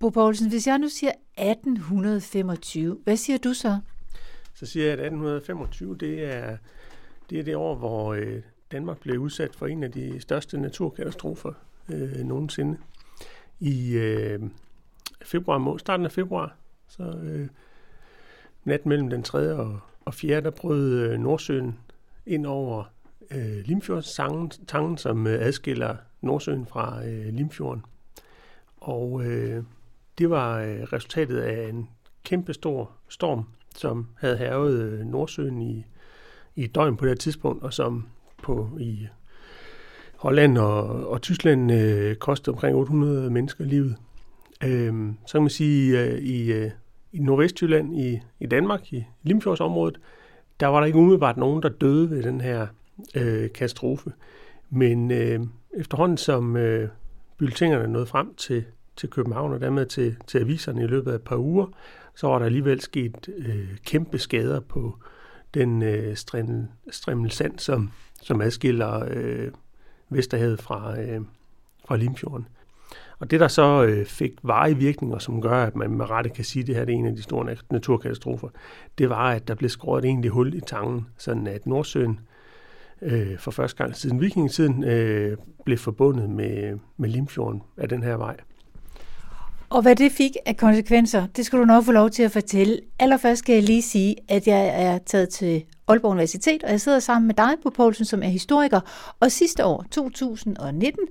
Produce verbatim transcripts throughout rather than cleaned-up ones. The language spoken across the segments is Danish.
Bo Poulsen, hvis jeg nu siger atten femogtyve, hvad siger du så? Så siger jeg, at atten femogtyve, det er det, er det år, hvor øh, Danmark blev udsat for en af de største naturkatastrofer øh, nogensinde. I øh, februar, starten af februar, så øh, nat mellem den tredje og, og fjerde, der brød øh, Nordsøen ind over øh, Limfjordstangen, som øh, adskiller Nordsøen fra øh, Limfjorden. Og øh, det var øh, resultatet af en kæmpestor storm, som havde hærget øh, Nordsøen i, i et døgn på det tidspunkt, og som på i Holland og, og Tyskland øh, kostede omkring otte hundrede mennesker livet. Øh, så kan man sige, øh, i, øh, i Nordvestjylland i, i Danmark, i Limfjordsområdet, der var der ikke umiddelbart nogen, der døde ved den her øh, katastrofe. Men øh, efterhånden som øh, bulletinerne nåede frem til, til København og dermed til, til aviserne i løbet af et par uger, så var der alligevel sket øh, kæmpe skader på den øh, strimmel sand, som, som adskiller øh, Vesterhavet fra, øh, fra Limfjorden. Og det, der så øh, fik varige virkninger, som gør, at man med rette kan sige, at det her er en af de store naturkatastrofer, det var, at der blev skåret et egentligt hul i tangen, sådan at Nordsøen øh, for første gang siden vikingetiden øh, blev forbundet med, med Limfjorden af den her vej. Og hvad det fik af konsekvenser, det skal du nok få lov til at fortælle. Allerførst skal jeg lige sige, at jeg er taget til Aalborg Universitet, og jeg sidder sammen med dig, Bo Poulsen, som er historiker. Og sidste år, to tusind nitten,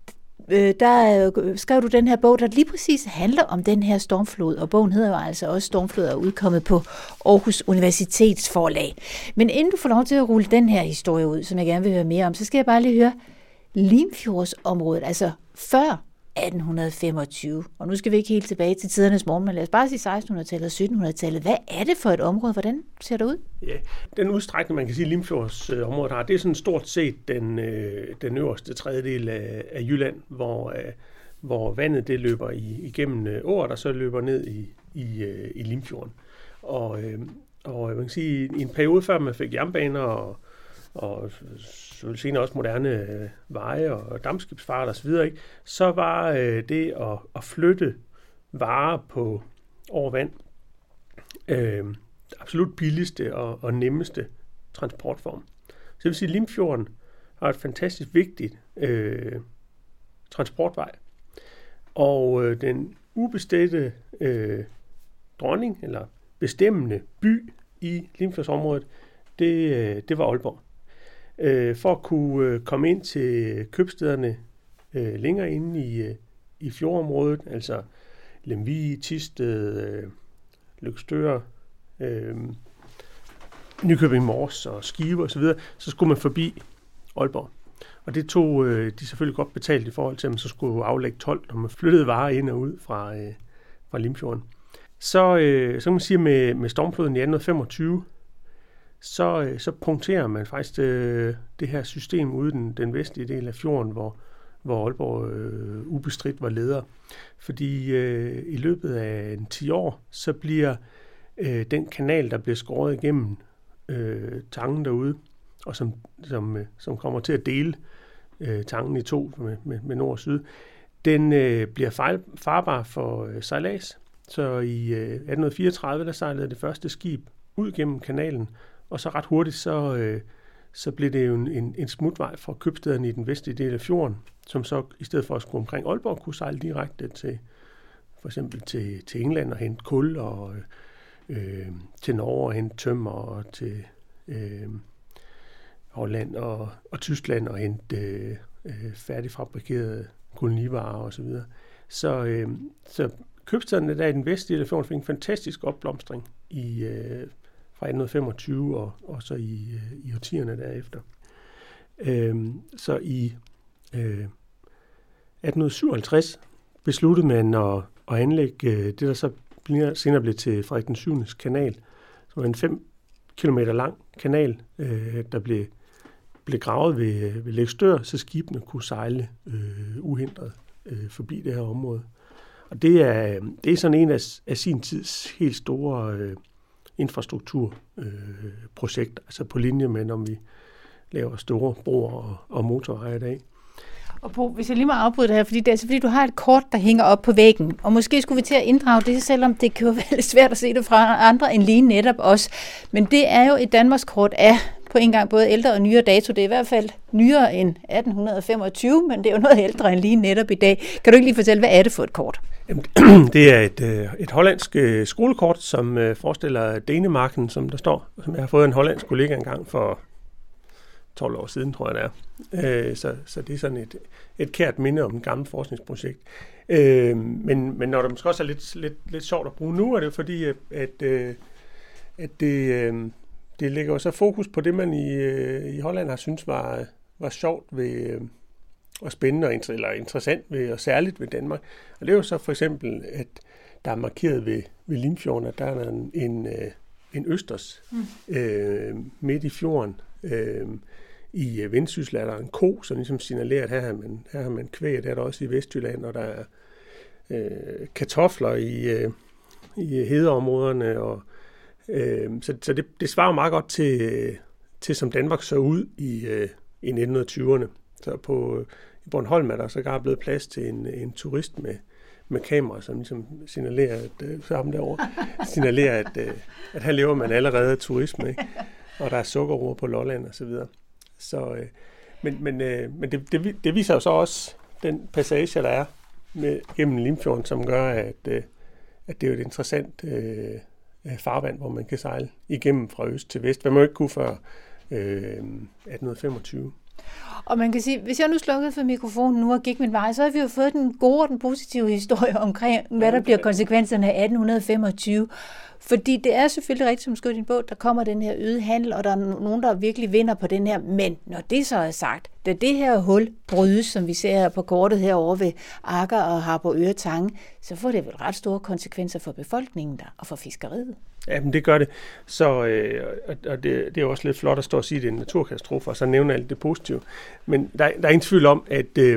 der skrev du den her bog, der lige præcis handler om den her stormflod, og bogen hedder jo altså også Stormflod, og er udkommet på Aarhus Universitets forlag. Men inden du får lov til at rulle den her historie ud, som jeg gerne vil høre mere om, så skal jeg bare lige høre Limfjordsområdet, altså før atten femogtyve, og nu skal vi ikke helt tilbage til tidernes morgen, men lad os bare sige sekstenhundredetallet og syttenhundredetallet. Hvad er det for et område? Hvordan ser det ud? Ja, den udstrækning, man kan sige, Limfjordsområdet har, det er sådan stort set den, øh, den øverste tredjedel af, af Jylland, hvor, øh, hvor vandet det løber i, igennem øh, åer, der så løber ned i, i, øh, i Limfjorden. Og, øh, og man kan sige, i en periode før man fik jernbaner og og senere også moderne øh, veje og dampskibsfart og så videre, ikke? Så var øh, det at, at flytte varer på over vand øh, absolut billigste og, og nemmeste transportform. Så det vil sige, at Limfjorden har et fantastisk vigtigt øh, transportvej. Og øh, den ubestemte øh, dronning, eller bestemmende by i Limfjordsområdet, det, øh, det var Aalborg. For at kunne komme ind til købstederne øh, længere inde i, øh, i fjordområdet, altså Lemvig, Thisted, øh, Løgstør, øh, Nykøbing Mors og Skive osv., så, så skulle man forbi Aalborg. Og det tog øh, de selvfølgelig godt betalt i forhold til, at man så skulle aflægge told, når man flyttede varer ind og ud fra, øh, fra Limfjorden. Så, øh, så kan man sige, med, med stormfloden i atten femogtyve, Så, så punkterer man faktisk øh, det her system ude den, den vestlige del af fjorden, hvor, hvor Aalborg øh, ubestridt var leder. Fordi øh, i løbet af en ti år, så bliver øh, den kanal, der bliver skåret igennem øh, tangen derude, og som, som, øh, som kommer til at dele øh, tangen i to med, med, med nord og syd, den øh, bliver fejl, farbar for øh, sejlads. Så i øh, atten fireogtredive, der sejlede det første skib ud gennem kanalen, og så ret hurtigt, så, øh, så blev det jo en, en, en smutvej fra købstederne i den vestlige del af fjorden, som så i stedet for at skulle omkring Aalborg, kunne sejle direkte til for eksempel til, til England og hente kul, og øh, til Norge og hente tømmer, og til øh, Holland og, og Tyskland og hente øh, færdigfabrikerede kolonivarer osv. Så, så, øh, så købstederne der i den vestlige del af fjorden fik en fantastisk opblomstring i øh, fra atten femogtyve og, og så i, i årtierne derefter. Øhm, så i øh, atten syvoghalvtreds besluttede man at, at anlægge øh, det, der så senere blev til Frederik den syvendes kanal, som var en fem kilometer lang kanal, øh, der blev, blev gravet ved, ved Løgstør, så skibene kunne sejle øh, uhindret øh, forbi det her område. Og det er, det er sådan en af, af sin tids helt store øh, infrastrukturprojekt, øh, altså på linje med, når vi laver store broer og, og motorveje i dag. Og Bo, hvis jeg lige må afbryde det her, fordi det er altså fordi, du har et kort, der hænger op på væggen, og måske skulle vi til at inddrage det, selvom det kan jo være lidt svært at se det fra andre end lige netop os. Men det er jo et Danmarkskort af på en gang både ældre og nyere dato. Det er i hvert fald nyere end atten femogtyve, men det er jo noget ældre end lige netop i dag. Kan du ikke lige fortælle, hvad er det for et kort? Det er et, et hollandsk skolekort, som forestiller Danemarken, som der står, som jeg har fået en hollandsk kollega engang for tolv år siden, tror jeg det er. Så, så det er sådan et, et kært minde om et gammelt forskningsprojekt. Men, men når det måske også er lidt, lidt, lidt sjovt at bruge nu, er det fordi, at, at, at det, det lægger så fokus på det, man i, i Holland har synes var, var sjovt ved, og spændende og eller interessant ved, og særligt ved Danmark. Og det er jo så for eksempel, at der er markeret ved, ved Limfjorden, at der er en, en, en østers mm. øh, midt i fjorden. Øh, I Vendsyssel er der en ko, som ligesom signalerer, at her har man, her har man kvæg, det er der også i Vestjylland, og der er øh, kartofler i, øh, i hedeområderne. Og, øh, så så det, det svarer meget godt til, til, som Danmark så ud i, øh, i nitten tyverne. Så på i Bornholm er der sågar blevet plads til en, en turist med, med kamera, som ligesom signalerer, at, øh, sammen derovre, signalerer, at, øh, at her lever man allerede af turisme, ikke? Og der er sukkerroer på Lolland og så videre. Så, øh, men men, øh, men det, det, det viser jo så også den passage, der er med, gennem Limfjorden, som gør, at, øh, at det er et interessant øh, farvand, hvor man kan sejle igennem fra øst til vest. Hvad man jo ikke kunne før øh, atten femogtyve. Og man kan sige, hvis jeg nu slukkede for mikrofonen nu og gik min vej, så har vi jo fået den gode og den positive historie omkring, hvad der bliver konsekvenserne af atten femogtyve. Fordi det er selvfølgelig rigtigt, som skød din bog, der kommer den her øget handel, og der er nogen, der virkelig vinder på den her. Men når det så er sagt, da det her hul brydes, som vi ser her på kortet herovre ved Agger og Harboøre Tange, så får det vel ret store konsekvenser for befolkningen der og for fiskeriet. Ja, men det gør det. Så, øh, og det, det er også lidt flot at stå og sige, at det er en naturkatastrofe, og så nævner alt det positive. Men der, der er ingen tvivl om, at, øh,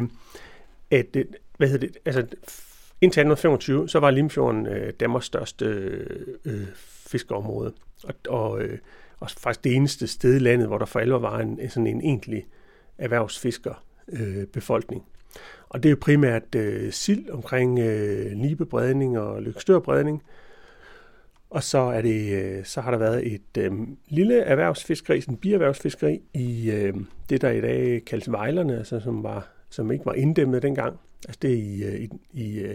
at hvad hedder det, altså indtil atten femogtyve, så var Limfjorden øh, Danmarks største øh, fiskeområde, og, og, øh, og faktisk det eneste sted i landet, hvor der for alvor var en, sådan en egentlig erhvervsfiskerbefolkning. Øh, befolkning. Og det er jo primært øh, sild omkring øh, Nibebredning og Løgstørbredning. Og så, er det, så har der været et øh, lille erhvervsfiskeri, sådan en bierhvervsfiskeri, i øh, det, der i dag kaldes Vejlerne, altså, som, var, som ikke var inddæmmet dengang. Altså det er i, i, i,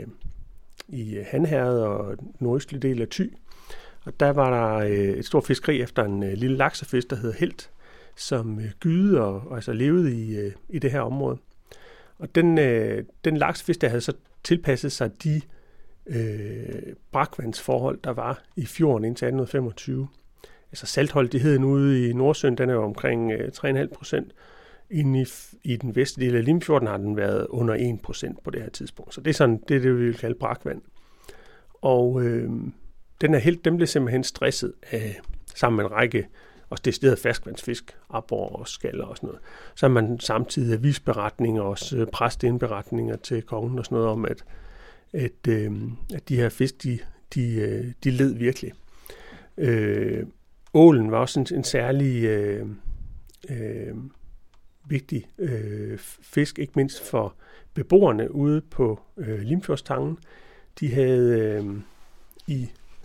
i Hanherred og nordøstlige del af Thy. Og der var der øh, et stort fiskeri efter en øh, lille laksefisk, der hedder Helt, som øh, gyde og, og altså levede i, øh, i det her område. Og den, øh, den laksefisk, der havde så tilpasset sig de Øh, brakvandsforhold, der var i fjorden indtil atten femogtyve. Altså saltholdigheden ude i Nordsøen, den er jo omkring øh, tre komma fem procent. Inde i, i den vestlige del af Limfjorden har den været under en procent på det her tidspunkt. Så det er sådan, det er det, vi vil kalde brakvand. Og øh, den er helt, dem blev simpelthen stresset af, sammen med en række også decideret ferskvandsfisk, aborre og skaller og sådan noget. Så har man samtidig avisberetninger og også præsteindberetninger til kongen og sådan noget om, at At, øh, at de her fisk, de, de, de led virkelig. Øh, ålen var også en, en særlig øh, øh, vigtig øh, fisk, ikke mindst for beboerne ude på øh, Limfjordstangen. De havde øh, i,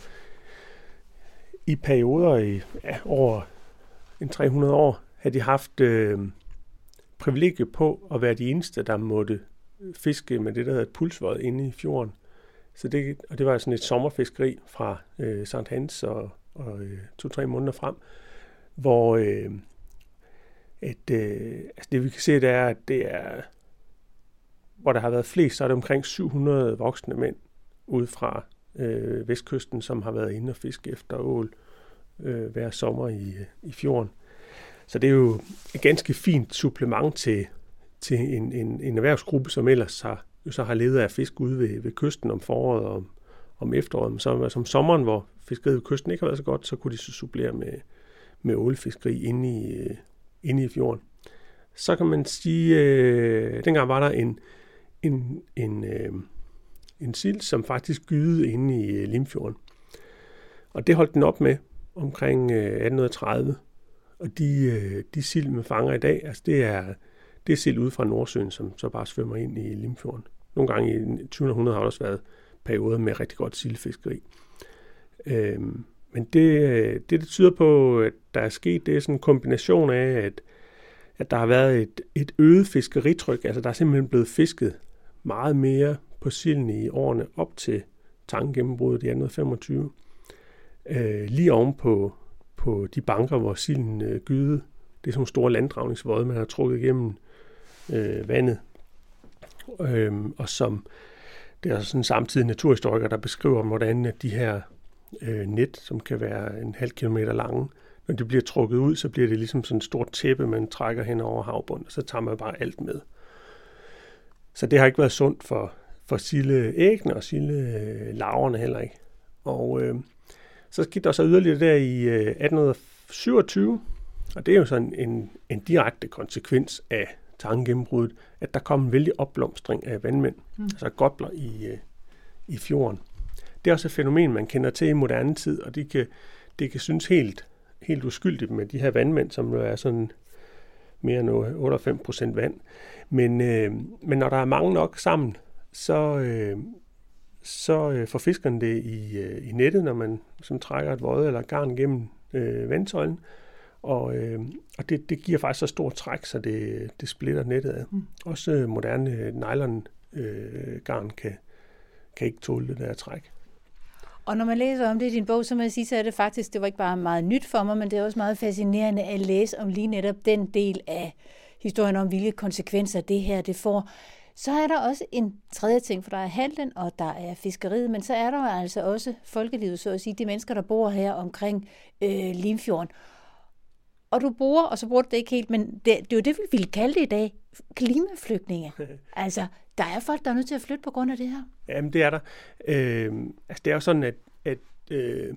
i perioder i ja, over en tre hundrede år, havde de haft øh, privilegie på at være de eneste, der måtte fiske med det, der hedder et pulsvod inde i fjorden. Så det, og det var sådan et sommerfiskeri fra øh, Sankt Hans og, og øh, to-tre måneder frem, hvor øh, et, øh, altså det vi kan se, det er, at det er, hvor der har været flest, så er det omkring syv hundrede voksne mænd ud fra øh, vestkysten, som har været inde og fiske efter ål øh, hver sommer i, i fjorden. Så det er jo et ganske fint supplement til til en, en, en erhvervsgruppe, som ellers har, jo så har levet af fisk ude ved, ved kysten om foråret og om, om efteråret. Men så, som sommeren, hvor fiskeriet ved kysten ikke har været så godt, så kunne de så supplere med, med ålefiskeri inde i, inde i fjorden. Så kan man sige, øh, dengang var der en, en, en, øh, en sild, som faktisk gydede inde i øh, Limfjorden. Og det holdt den op med omkring øh, atten tredive. Og de, øh, de sild, man fanger i dag, altså det er det er sild ude fra Nordsøen, som så bare svømmer ind i Limfjorden. Nogle gange i tyvende århundrede har der også været perioder med rigtig godt sildefiskeri. Øhm, men det, det, det tyder på, at der er sket, det er sådan en kombination af, at, at der har været et, et øget fiskeritryk. Altså der er simpelthen blevet fisket meget mere på silden i årene op til Tangengennembruddet i atten femogtyve. Øh, lige oven på, på de banker, hvor silden øh, gyde. Det er sådan nogle store landdragningsvåde, man har trukket igennem øh, vandet. Øhm, og som det er sådan samtidig naturhistoriker, der beskriver, hvordan de her øh, net, som kan være en halv kilometer lange, når de bliver trukket ud, så bliver det ligesom sådan et stort tæppe, man trækker hen over havbunden, og så tager man bare alt med. Så det har ikke været sundt for, for sildeæggene og sildelarverne heller ikke. Og øh, så skete der så yderligere der i øh, atten syvogtyve, og det er jo sådan en, en direkte konsekvens af Tangengennembruddet, at der kom en vældig opblomstring af vandmænd, mm. altså gopler i, øh, i fjorden. Det er også et fænomen, man kender til i moderne tid, og det kan, det kan synes helt, helt uskyldigt med de her vandmænd, som jo er sådan mere end otteoghalvfems procent vand. Men, øh, men når der er mange nok sammen, så, øh, så øh, får fiskerne det i, øh, i nettet, når man som trækker et våde eller garn gennem øh, vandsøjlen. Og, øh, og det, det giver faktisk så stort træk, så det, det splitter nettet af. Mm. Også øh, moderne nylon-garn øh, kan, kan ikke tåle det der træk. Og når man læser om det i din bog, så må jeg sige, så er det faktisk, det var ikke bare meget nyt for mig, men det er også meget fascinerende at læse om lige netop den del af historien om, hvilke konsekvenser det her det får. Så er der også en tredje ting, for der er handlen, og der er fiskeriet, men så er der altså også folkelivet, så at sige, de mennesker, der bor her omkring øh, Limfjorden. Og du bruger, og så bruger du det ikke helt, men det, det er jo det, vi ville kalde det i dag, klimaflygtninge. Altså, der er folk, der er nødt til at flytte på grund af det her. Jamen, det er der. Øh, altså, det er jo sådan, at, at øh,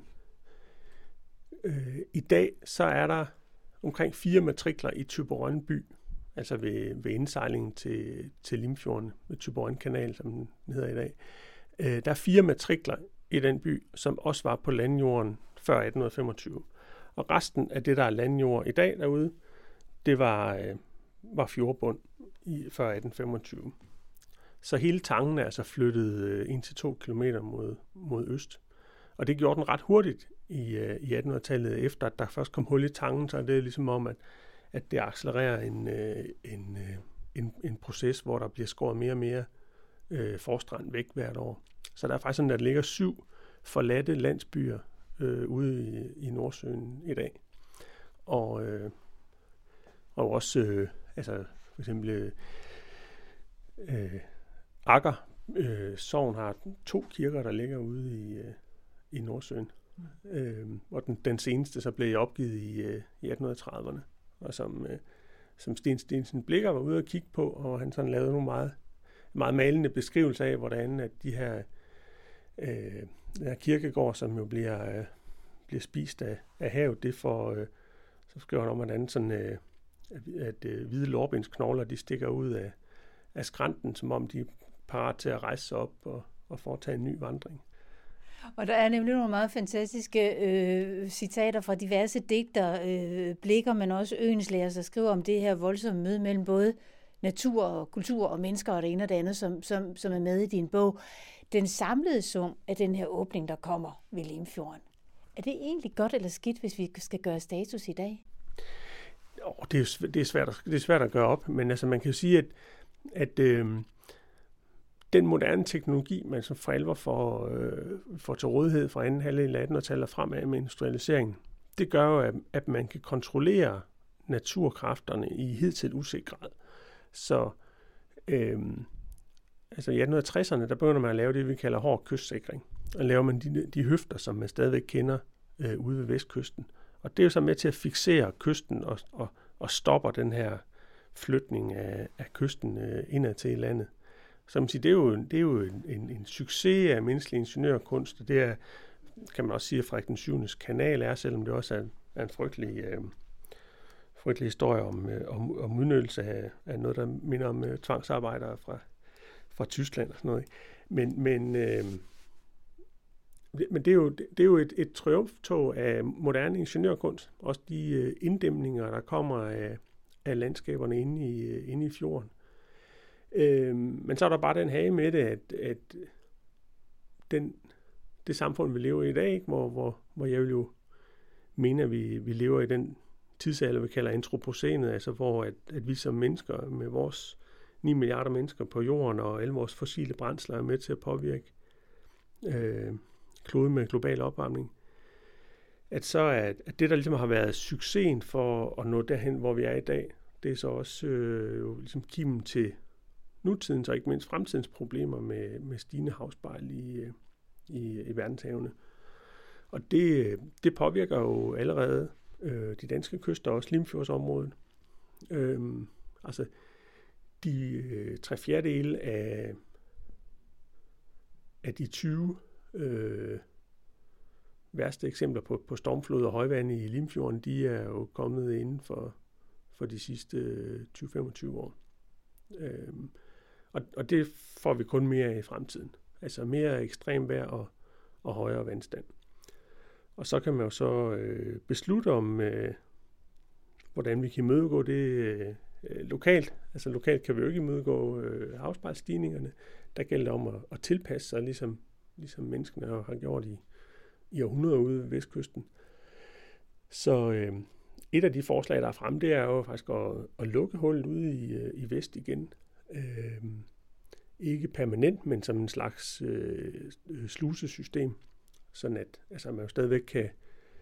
øh, i dag, så er der omkring fire matrikler i Thyborøn by, altså ved, ved indsejlingen til, til Limfjorden, ved Thyborøn kanal, som den hedder i dag. Øh, der er fire matrikler i den by, som også var på landjorden før atten femogtyve. Og resten af det, der er landjord i dag derude, det var, øh, var fjordbund i, før atten femogtyve. Så hele Tangen er altså flyttet øh, en til to kilometer mod, mod øst. Og det gjorde den ret hurtigt i, øh, i attenhundredetallet. Efter at der først kom hul i Tangen, så er det ligesom om, at, at det accelererer en, øh, en, øh, en, en proces, hvor der bliver skåret mere og mere øh, forstrand væk hvert år. Så der er faktisk sådan, at der ligger syv forladte landsbyer Øh, ude i, i Nordsøen i dag. Og, øh, og også, øh, altså for eksempel øh, Akker øh, Sogn har to kirker, der ligger ude i, øh, i Nordsøen. Mm. Øh, og den, den seneste så blev opgivet i, øh, i atten trediverne. Og som, øh, som Sten Steensen Blicher var ude at kigge på, og han sådan lavede nogle meget, meget malende beskrivelser af, hvordan at de her øh, den her kirkegård, som jo bliver, øh, bliver spist af, af havet, det får, øh, så skriver han om, hvordan sådan, øh, at, at øh, hvide lårbensknogler, de stikker ud af, af skrænten, som om de er parat til at rejse sig op og, og foretage en ny vandring. Og der er nemlig nogle meget fantastiske øh, citater fra diverse digter, øh, Blicher, men også Oehlenschläger, der skriver om det her voldsomme møde mellem både natur og kultur og mennesker og det ene og det andet, som, som, som er med i din bog. Den samlede sum af den her åbning, der kommer ved Limfjorden, er det egentlig godt eller skidt, hvis vi skal gøre status i dag? Oh, det, er, det, er svært at, det er svært at gøre op, men altså, man kan jo sige, at, at øh, den moderne teknologi, man som for alvor får, øh, får til rådighed fra anden halvdel af attenhundredetallet og fremad med industrialiseringen, det gør jo, at, at man kan kontrollere naturkræfterne i hidtil uset grad. Så øh, altså i atten tresserne, der begynder man at lave det, vi kalder hård kystsikring. Og laver man de, de høfter, som man stadigvæk kender øh, ude ved vestkysten. Og det er jo så med til at fiksere kysten og, og, og stopper den her flytning af, af kysten øh, indad til i landet. Så man siger, det er jo, det er jo en, en, en succes af menneskelig ingeniørkunst. Det er, kan man også sige, at Frederik den syvendes kanal er, selvom det også er, er en frygtelig, øh, frygtelig historie om, øh, om, om udnyttelse af, af noget, der minder om øh, tvangsarbejdere fra, fra Tyskland og sådan noget. Men, men, øh, men det er jo, det er jo et, et triumftog af moderne ingeniørkunst. Også de øh, inddæmninger, der kommer af, af landskaberne inde i, inde i fjorden. Øh, men så er der bare den hage med det, at, at den, det samfund, vi lever i i dag, ikke, hvor, hvor, hvor jeg vil jo mene, at vi, vi lever i den tidsalder, vi kalder antropocænet, altså hvor at, at vi som mennesker med vores ni milliarder mennesker på jorden og alle vores fossile brændsler er med til at påvirke øh, kloden med global opvarmning, at så er at det, der ligesom har været succesen for at nå derhen, hvor vi er i dag, det er så også øh, jo ligesom kimen til nutidens og ikke mindst fremtidens problemer med, med stigende havspejl i, i, i verdenshavene. Og det, det påvirker jo allerede øh, de danske kyster, også Limfjordsområdet. Øh, altså de øh, tre fjerdedele af, af de tyve øh, værste eksempler på, på stormflod og højvand i Limfjorden, de er jo kommet inden for, for de sidste tyve til femogtyve år. Øh, og, og det får vi kun mere af i fremtiden. Altså mere ekstrem vejr og, og højere vandstand. Og så kan man jo så øh, beslutte om, øh, hvordan vi kan imødegå det øh, lokalt. Altså lokalt kan vi jo ikke imødegå øh, havspejlsstigningerne. Der gælder det om at, at tilpasse sig, ligesom, ligesom menneskene har gjort i, i århundreder ude ved vestkysten. Så øh, et af de forslag, der er fremme, det er jo faktisk at, at lukke hullet ude i, i vest igen. Øh, ikke permanent, men som en slags øh, slusesystem. Sådan at altså, man jo stadigvæk kan,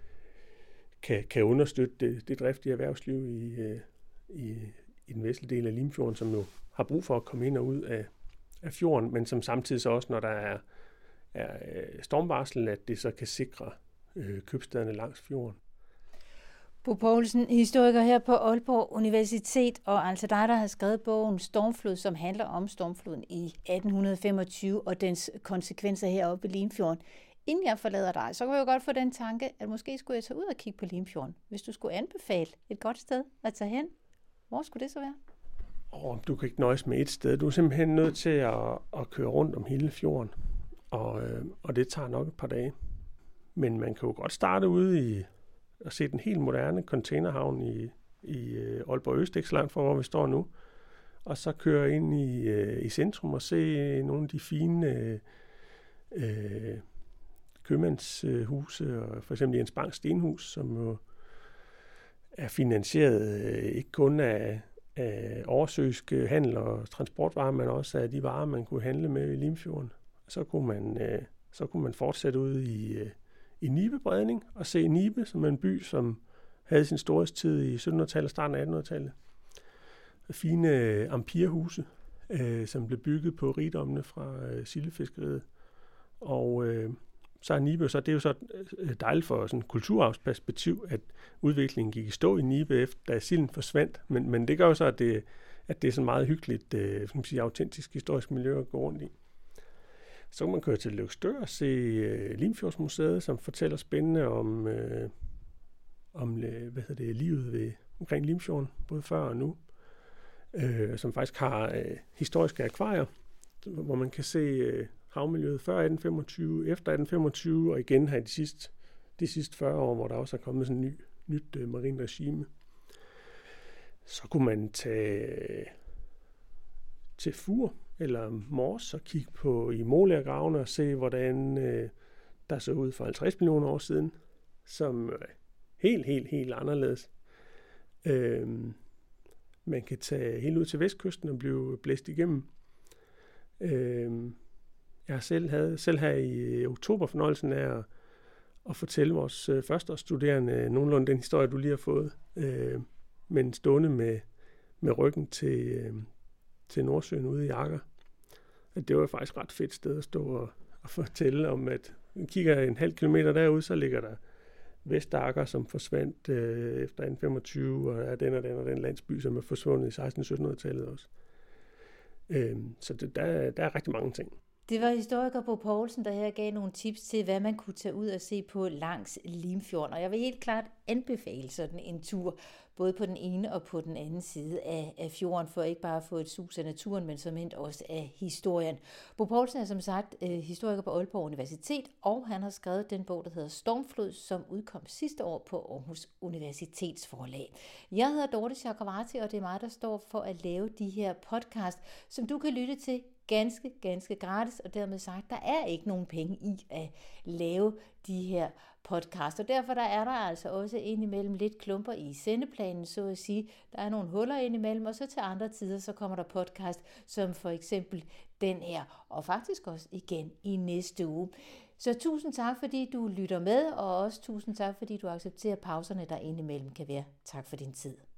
kan, kan understøtte det, det driftige erhvervsliv i, i, i den vestlige del af Limfjorden, som jo har brug for at komme ind og ud af, af fjorden, men som samtidig så også, når der er, er stormvarsel, at det så kan sikre øh, købstederne langs fjorden. Bo Poulsen, historiker her på Aalborg Universitet, og altså dig, der har skrevet bogen Stormflod, som handler om stormfloden i atten femogtyve og dens konsekvenser heroppe i Limfjorden. Inden jeg forlader dig, så kan jeg jo godt få den tanke, at måske skulle jeg tage ud og kigge på Limfjorden. Hvis du skulle anbefale et godt sted at tage hen, hvor skulle det så være? Oh, du kan ikke nøjes med et sted. Du er simpelthen nødt til at, at køre rundt om hele fjorden, og, øh, og det tager nok et par dage. Men man kan jo godt starte ude i at se den helt moderne containerhavn i, i Aalborg Øst, ikke så langt fra, hvor vi står nu, og så køre ind i, øh, i centrum og se nogle af de fine øh, købmandshuse, og for eksempel Jens Bangs Stenhus, som jo er finansieret øh, ikke kun af, af oversøisk handel og transportvarer, men også af de varer, man kunne handle med i Limfjorden. Så kunne man, øh, så kunne man fortsætte ud i, øh, i Nibe-bredning og se Nibe, som er en by, som havde sin storhedstid i syttenhundredetallet og starten af attenhundredetallet. Fine øh, ampirhuse, øh, som blev bygget på rigdommene fra øh, sildefiskeriet. Og øh, så er Nibe, så det er jo så dejligt for sådan et kulturarvsperspektiv, at udviklingen gik i stå i Nibe, efter da silden forsvandt. Men, men det gør jo så, at det, at det er sådan meget hyggeligt, øh, som sige, autentisk historisk miljø at gå rundt i. Så kan man køre til Løgstør og se øh, Limfjordsmuseet, som fortæller spændende om, øh, om øh, hvad hedder det, livet ved, omkring Limfjorden, både før og nu. Øh, som faktisk har øh, historiske akvarier, hvor man kan se øh, havmiljøet før atten femogtyve, efter atten femogtyve, og igen her de sidste, de sidste fyrre år, hvor der også er kommet sådan et ny, nyt øh, marint regime. Så kunne man tage til Fur eller Mors og kigge på i Molergravene og se, hvordan øh, der så ud for halvtreds millioner år siden, som er helt, helt, helt anderledes. Øh, man kan tage helt ud til vestkysten og blive blæst igennem. Øh, Jeg har selv, havde, selv her i oktober fornøjelsen af at, at fortælle vores øh, førsteårsstuderende nogenlunde den historie, du lige har fået, øh, men stående med, med ryggen til, øh, til Nordsøen ude i Akker. At det var faktisk et ret fedt sted at stå og, og fortælle om, at kigger en halv kilometer derude, så ligger der Vestakker, som forsvandt øh, efter atten femogtyve, og er den og den og den landsby, som er forsvundet i seksten- og syttenhundredetallet også. Øh, så det, der, der er rigtig mange ting. Det var historiker Bo Poulsen, der her gav nogle tips til, hvad man kunne tage ud og se på langs Limfjorden. Og jeg vil helt klart anbefale sådan en tur, både på den ene og på den anden side af, af fjorden, for ikke bare at få et sus af naturen, men som endt også af historien. Bo Poulsen er som sagt øh, historiker på Aalborg Universitet, og han har skrevet den bog, der hedder Stormflod, som udkom sidste år på Aarhus Universitetsforlag. Jeg hedder Dorte Chakravarty, og det er mig, der står for at lave de her podcast, som du kan lytte til ganske, ganske gratis, og dermed sagt, der er ikke nogen penge i at lave de her podcast, og derfor der er der altså også indimellem lidt klumper i sendeplanen, så at sige. Der er nogle huller indimellem, og så til andre tider, så kommer der podcast, som for eksempel den her, og faktisk også igen i næste uge. Så tusind tak, fordi du lytter med, og også tusind tak, fordi du accepterer pauserne, der indimellem kan være. Tak for din tid.